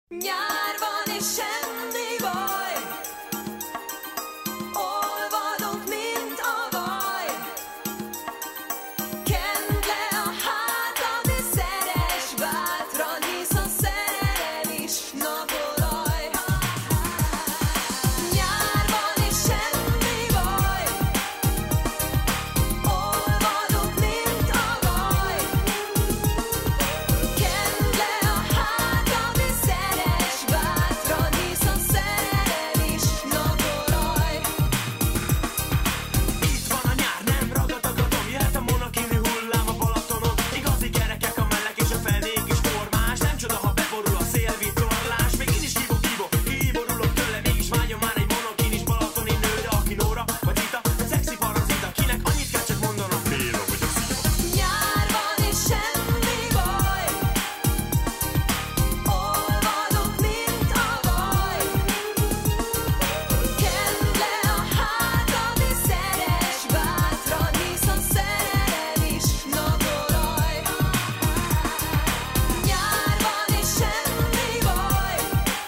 Nyár van és semmi baj, olvadok, mint a vaj. Kend le a hátad és szeress bátran, hisz a szerelem is napolaj. Nyár van és semmi baj, olvadok, mint a vaj. Kend le a hátad és szeress bátran, hisz a szerelem is napolaj. Itt van a nyár, nem ragadtagadom, jöhet a monokini hullám a Balatonon. Igazi gyerekek a meleg és a fenék is formás. Nem csoda, ha beborul a szélvitorlás. Még én is kiborulok tőle, mégis vágyom már egy monokinis balatoni nőre, aki Nóra vagy Rita, szexi parazita, kinek annyit kell csak mondanom, Béla vagy a Szia. Nyár van és semmi baj, olvadok, mint a vaj. Kend le a hátad és szeress bátran, hisz a szerelem is napolaj. Nyár van és semmi baj,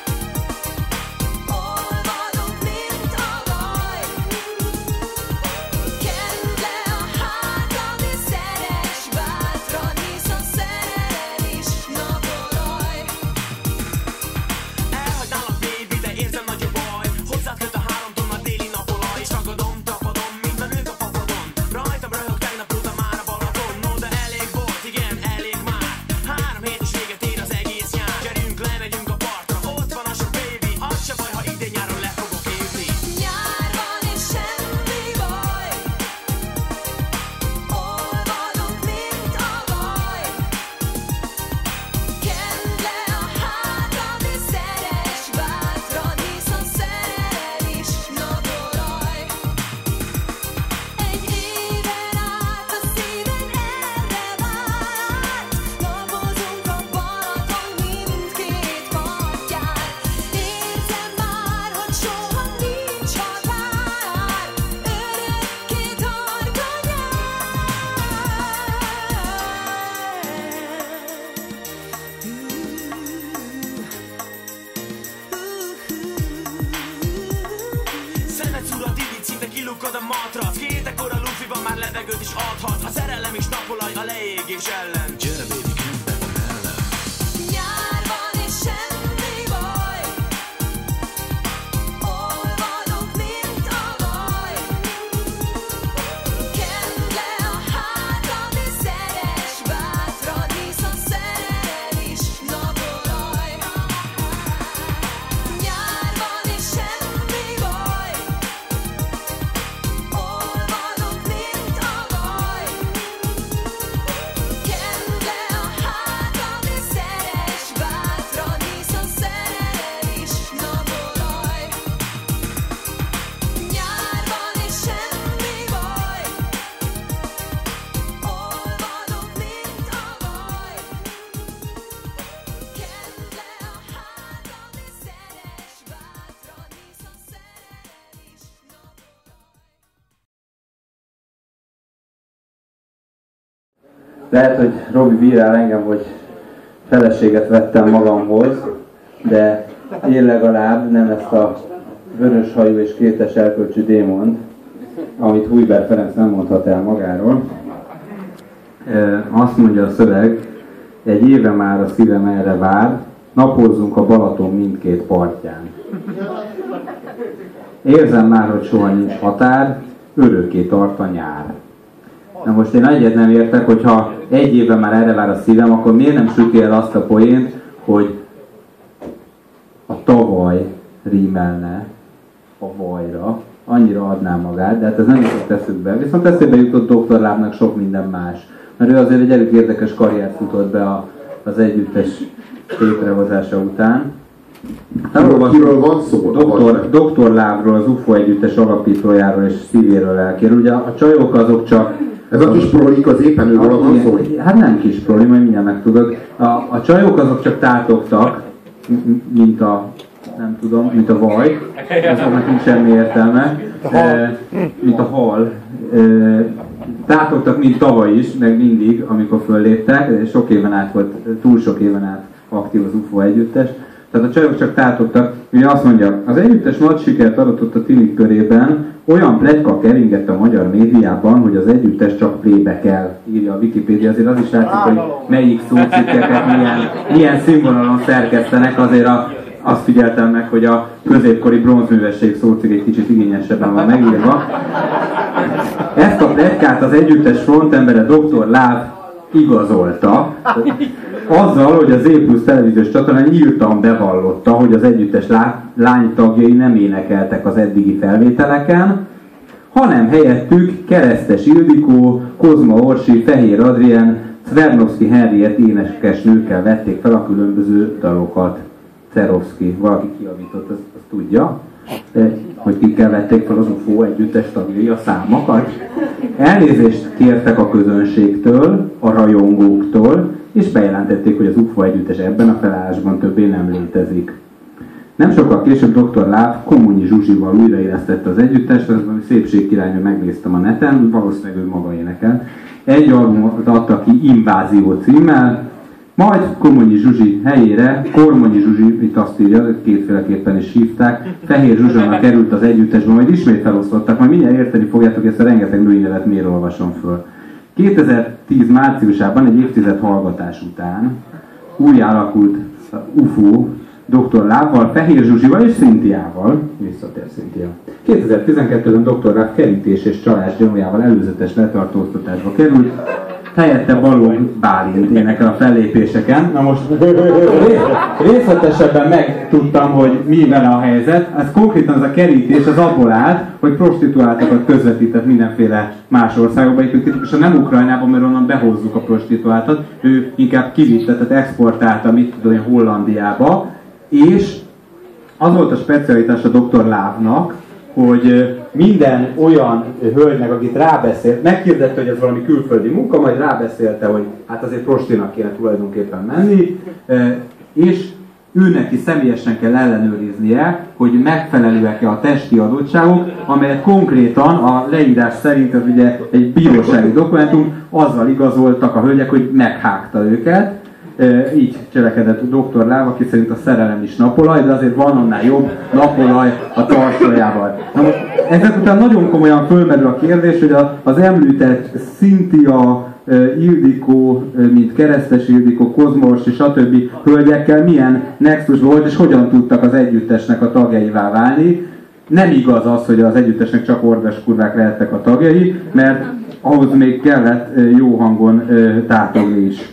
olvadok, mint a vaj. Kend le a hátad és szeress bátran, hisz a szerelem is napolaj. Elhagynálak, baby, de érzem nagy a baj. Hozzád köt a 3 tonna déli napolaj, és ragadom, tapadom, mint a nők a papadon. Rajtam röhög tegnap óta már a Balaton. No, de elég volt, igen, elég már. 3 hét is véget ér az egész nyár. Gyerünk, lemegyünk a partra, ott van a sok baby. Az se baj, ha idén nyáron le fogok épni. Nyár van és semmi baj, olvadok, mint a vaj. Kend le a hátad és szeress bátran, hisz a szerelem is napolaj. Egy éven át a szívem erre várt, napozunk a Balaton mindkét partján. Érzem már, hogy soha nincs határ, örökké tartó Szemed szúrad, így szinte kilukkad a matrac. 2 ekkora lufiban már levegőt is adhat. A szerelem is napolaj a leégés ellen. Gyere, baby, kend be a mellem. Nyár van és semmi baj, olvadok, mint a vaj. Kend le a hátad és szeress bátran, hisz a szerelem is napolaj. Nyár van és semmi baj, olvadok, mint a vaj. Kend le a hátad és szeress bátran, hisz a szerelem is napolaj. Nyár van és semmi baj, olvadok, mint a vaj. Kend le a hátad és szeress bátran, hisz a szerelem is napolaj. Lehet, hogy Robi bírál engem, hogy feleséget vettem magamhoz, de én legalább nem ezt a vörös hajú és kétes erkölcsű démont, amit Hujber Ferenc nem mondhat el magáról. Azt mondja a szöveg, egy éve már a szívem erre vár, napozzunk a Balaton mindkét partján. Érzem már, hogy soha nincs határ, örökké tart a nyár. Na most én egyet nem értek, hogyha egy éve már erre vár a szívem, akkor miért nem süti el azt a poént, hogy a tavaly rímelne a vajra, annyira adná magát, de hát ez nem jutott eszükbe. Viszont eszébe jutott Dr. Lábnak sok minden más. Mert ő azért egy elég érdekes karriert futott be az együttes létrehozása után. Kiről van szó? Dr. Lábról, az UFO együttes alapítójáról és szívéről, lelkéről. Ugye a csajok azok csak... Ez a kis prolik az éppen őről van szó? Hát nem kis proli, majd mindjárt megtudod. A csajok azok csak tátogtak, mint a... nem tudom, mint a vaj. Azoknak nincs semmi értelme. Mint a hal. Tátogtak, mint tavaly is, meg mindig, amikor fölléptek. Sok éven át volt, túl sok éven át aktív az UFO együttes. Tehát a csajok csak tátogtak. Ugye azt mondja, az együttes nagy sikert aratott a tinik körében, olyan pletyka keringett a magyar médiában, hogy az együttes csak playback-el, írja a Wikipédia. Azért az is látszik, hogy melyik szócikkeket milyen színvonalon szerkesztenek. Azért azt figyeltem meg, hogy a középkori bronzművesség szócikk egy kicsit igényesebben van megírva. Ezt a pletykát az együttes frontembere Dr. Láv igazolta, azzal, hogy az E+ televíziós csatornán nyíltan bevallotta, hogy az együttes lánytagjai nem énekeltek az eddigi felvételeken, hanem helyettük Keresztes Ildikó, Kozma Orsi, Fehér Adrien, Cvernovszky Henriett énekesnőkkel vették fel a különböző dalokat. Cerovszky, valaki kiavított, azt tudja, hogy kikkel vették fel az UFO együttes tagjai a számokat. Elnézést kértek a közönségtől, a rajongóktól, és bejelentették, hogy az UFO együttes ebben a felállásban többé nem létezik. Nem sokkal később Dr. Láv Komonyi Zsuzsival újraélesztette az együttest, az valami szépségkirálynő, megnéztem a neten, valószínűleg ő maga énekel. Egy albumot adta ki Invázió címmel, majd Komonyi Zsuzsi helyére, Kormonyi Zsuzsi, itt azt írja, kétféleképpen is hívták, Fehér Zsuzsának került az együttesbe, majd ismét felosztották, majd mindjárt érteni fogjátok, ezt a rengeteg női nevet miért olvasom föl. 2010 márciusában, egy évtized hallgatás után új alakult UFO Dr. Lávval, Fehér Zsuzsival és Szintiával, visszatér Szintia. 2012-ben Dr. Láv kerítés és csalás gyanújával előzetes letartóztatásba került, helyette Balogh Bálint énekel a fellépéseken. Na most részletesebben megtudtam, hogy mi vele a helyzet. Ez konkrétan az a kerítés az abból állt, hogy prostituáltakat közvetített mindenféle más országokba, és nem Ukrajnában, mert onnan behozzuk a prostituáltat, ő inkább kivitte, tehát exportálta, mit tudom én, Hollandiába, és az volt a specialitás a Dr. Lávnak, hogy minden olyan hölgynek, akit rábeszélt, meghirdette, hogy ez valami külföldi munka, majd rábeszélte, hogy hát azért prostinak kéne tulajdonképpen menni, és ő neki személyesen kell ellenőriznie, hogy megfelelőek-e a testi adottságok, amelyet konkrétan a leírás szerint, ez ugye egy bírósági dokumentum, azzal igazoltak a hölgyek, hogy meghágta őket. Így cselekedett Dr. Láv, aki szerint a szerelem is napolaj, de azért van annál jobb napolaj a tarsajával. Na most ezek után nagyon komolyan fölmerül a kérdés, hogy az említett Szintia, Ildikó, mint Keresztes Ildikó, Kozmos és stb. Hölgyekkel milyen nexus volt, és hogyan tudtak az együttesnek a tagjaivá válni. Nem igaz az, hogy az együttesnek csak orvoskurvák lehettek a tagjai, mert ahhoz még kellett jó hangon tátogni is.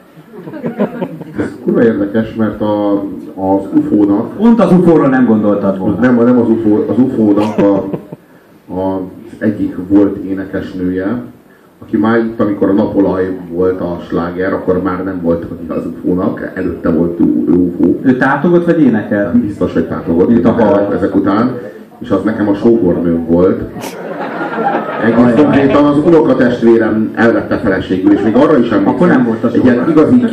Ez kurva érdekes, mert az UFO-nak... Pont az UFO-ról nem gondoltad volna. Nem az UFO-nak az egyik volt énekesnője, aki már itt, amikor a Napolaj volt a sláger, akkor már nem volt az UFO-nak, előtte volt UFO. Ő tátogott vagy énekel? Biztos, hogy tátogott ezek után, és az nekem a sógornőm volt. Egész konkrétan az unokatestvérem elvette feleségül, és még arra is emlékszem, egy ilyen igazi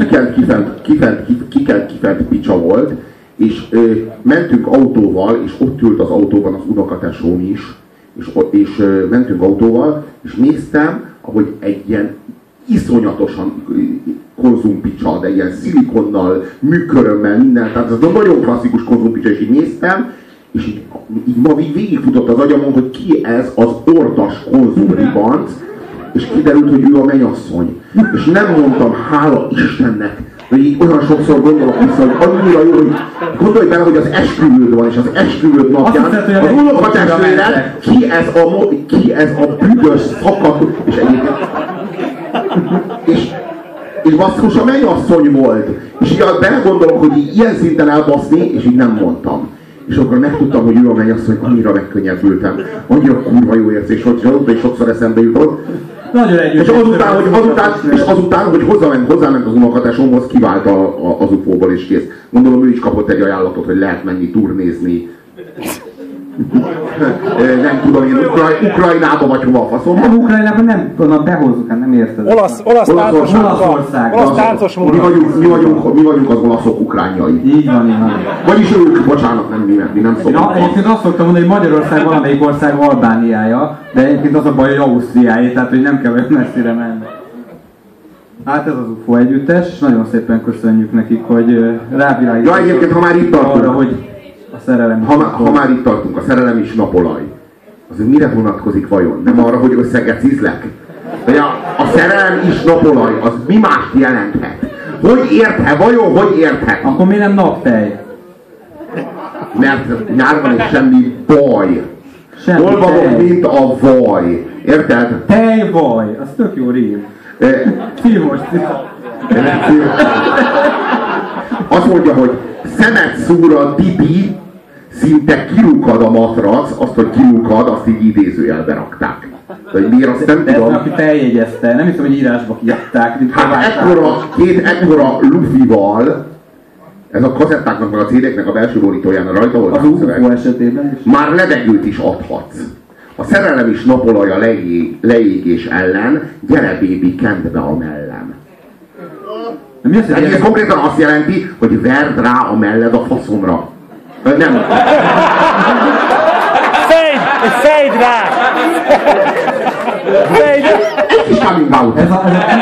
kikent picsa volt, és mentünk autóval, és ott ült az autóban az unokatesóm is, és mentünk autóval, és néztem, ahogy egy ilyen iszonyatosan konzumpicsa, de ilyen szilikonnal, műkörömmel, minden, tehát ez a nagyon klasszikus konzumpicsa, és így néztem, és így ma végigfutott az agyamon, hogy ki ez az ordas konzumribanc, és kiderült, hogy ő a mennyasszony. És nem mondtam, hála Istennek, hogy így olyan sokszor gondolok vissza, hogy annyira jó, hogy gondolj bele, hogy az esküvőd van, és az esküvőd napján az unokatestvéred, ki ez a büdös szakad, és egyébként... És basszus, a mennyasszony volt. És így belegondolok, hogy így ilyen szinten elbaszni, és így nem mondtam. És akkor megtudtam, hogy ő a mennyasszony, annyira megkönnyebbültem. Annyira kurva jó érzés volt, és azóta is sokszor eszembe jutott. És azután, hogy hozzáment az unokatesómhoz, kivált az UFO-ból és kész. Gondolom, ő is kapott egy ajánlatot, hogy lehet menni turnézni. Nem tudom én, Ukrajnába vagy hova a faszom. Nem, Ukrajnában nem, onnan behozzuk, nem érted. Olaszország. Olasz táncos munka. Mi vagyunk az olaszok ukránjai. Így van. Vagyis ők, bocsánat, mi nem szoktunk. Egyébként azt szoktam mondani, hogy Magyarország valamelyik ország Albániája, de egyébként az a baj, hogy Ausztriáé, tehát hogy nem kell olyan messzire menni. Hát ez az UFO együttes, és nagyon szépen köszönjük nekik, hogy rávilágítottak egyébként, ha már itt tartunk, arra, hogy a szerelem ha már itt tartunk, a szerelem is napolaj. Az mire vonatkozik vajon? Nem arra, hogy összegecizlek? A szerelem is napolaj, az mi mást jelenthet? Hogy érthet? Vajon hogy érthet? Akkor mi nem naptej? Mert nyárban is semmi baj. Semmi Hol vagyok, tej. mint a vaj. Érted? Tejvaj, az tök jó rím. Filmos. Azt mondja, hogy szemet szúr a Didi, szinte kirúgad a matrac, azt, hogy kirúgad, azt így idézőjelbe rakták. De hogy miért, azt nem De tudom. ezt aki feljegyezte, nem hiszem, hogy írásba kiadták. Hát ekkora lufival, ez a kazettáknak meg a CD-knek a belső borítóján rajta volt Az a szöveg. UFO esetében is. Már levegőt is adhatsz. A szerelem is napolaj a leégés ellen, gyere bébi, kend be a mellem. Mi az, hogy Ez konkrétan azt jelenti, hogy verd rá a melled a faszomra. Nem. Fejd rá! Fejd rá! Ez is coming out. ez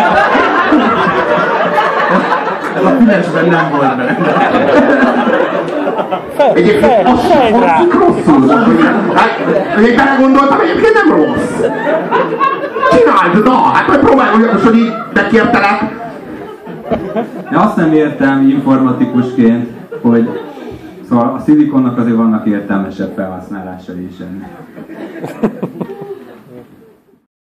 a fülesben nem volt benne. Egyébként azt sem hangzik rosszul. Hát, én belegondoltam, egyébként nem rossz. Csináld, na, hát majd próbálj, hogy így bekértelek. De azt nem értem informatikusként, hogy szóval a szilikonnak azért vannak értelmesebb felhasználásai is ennek.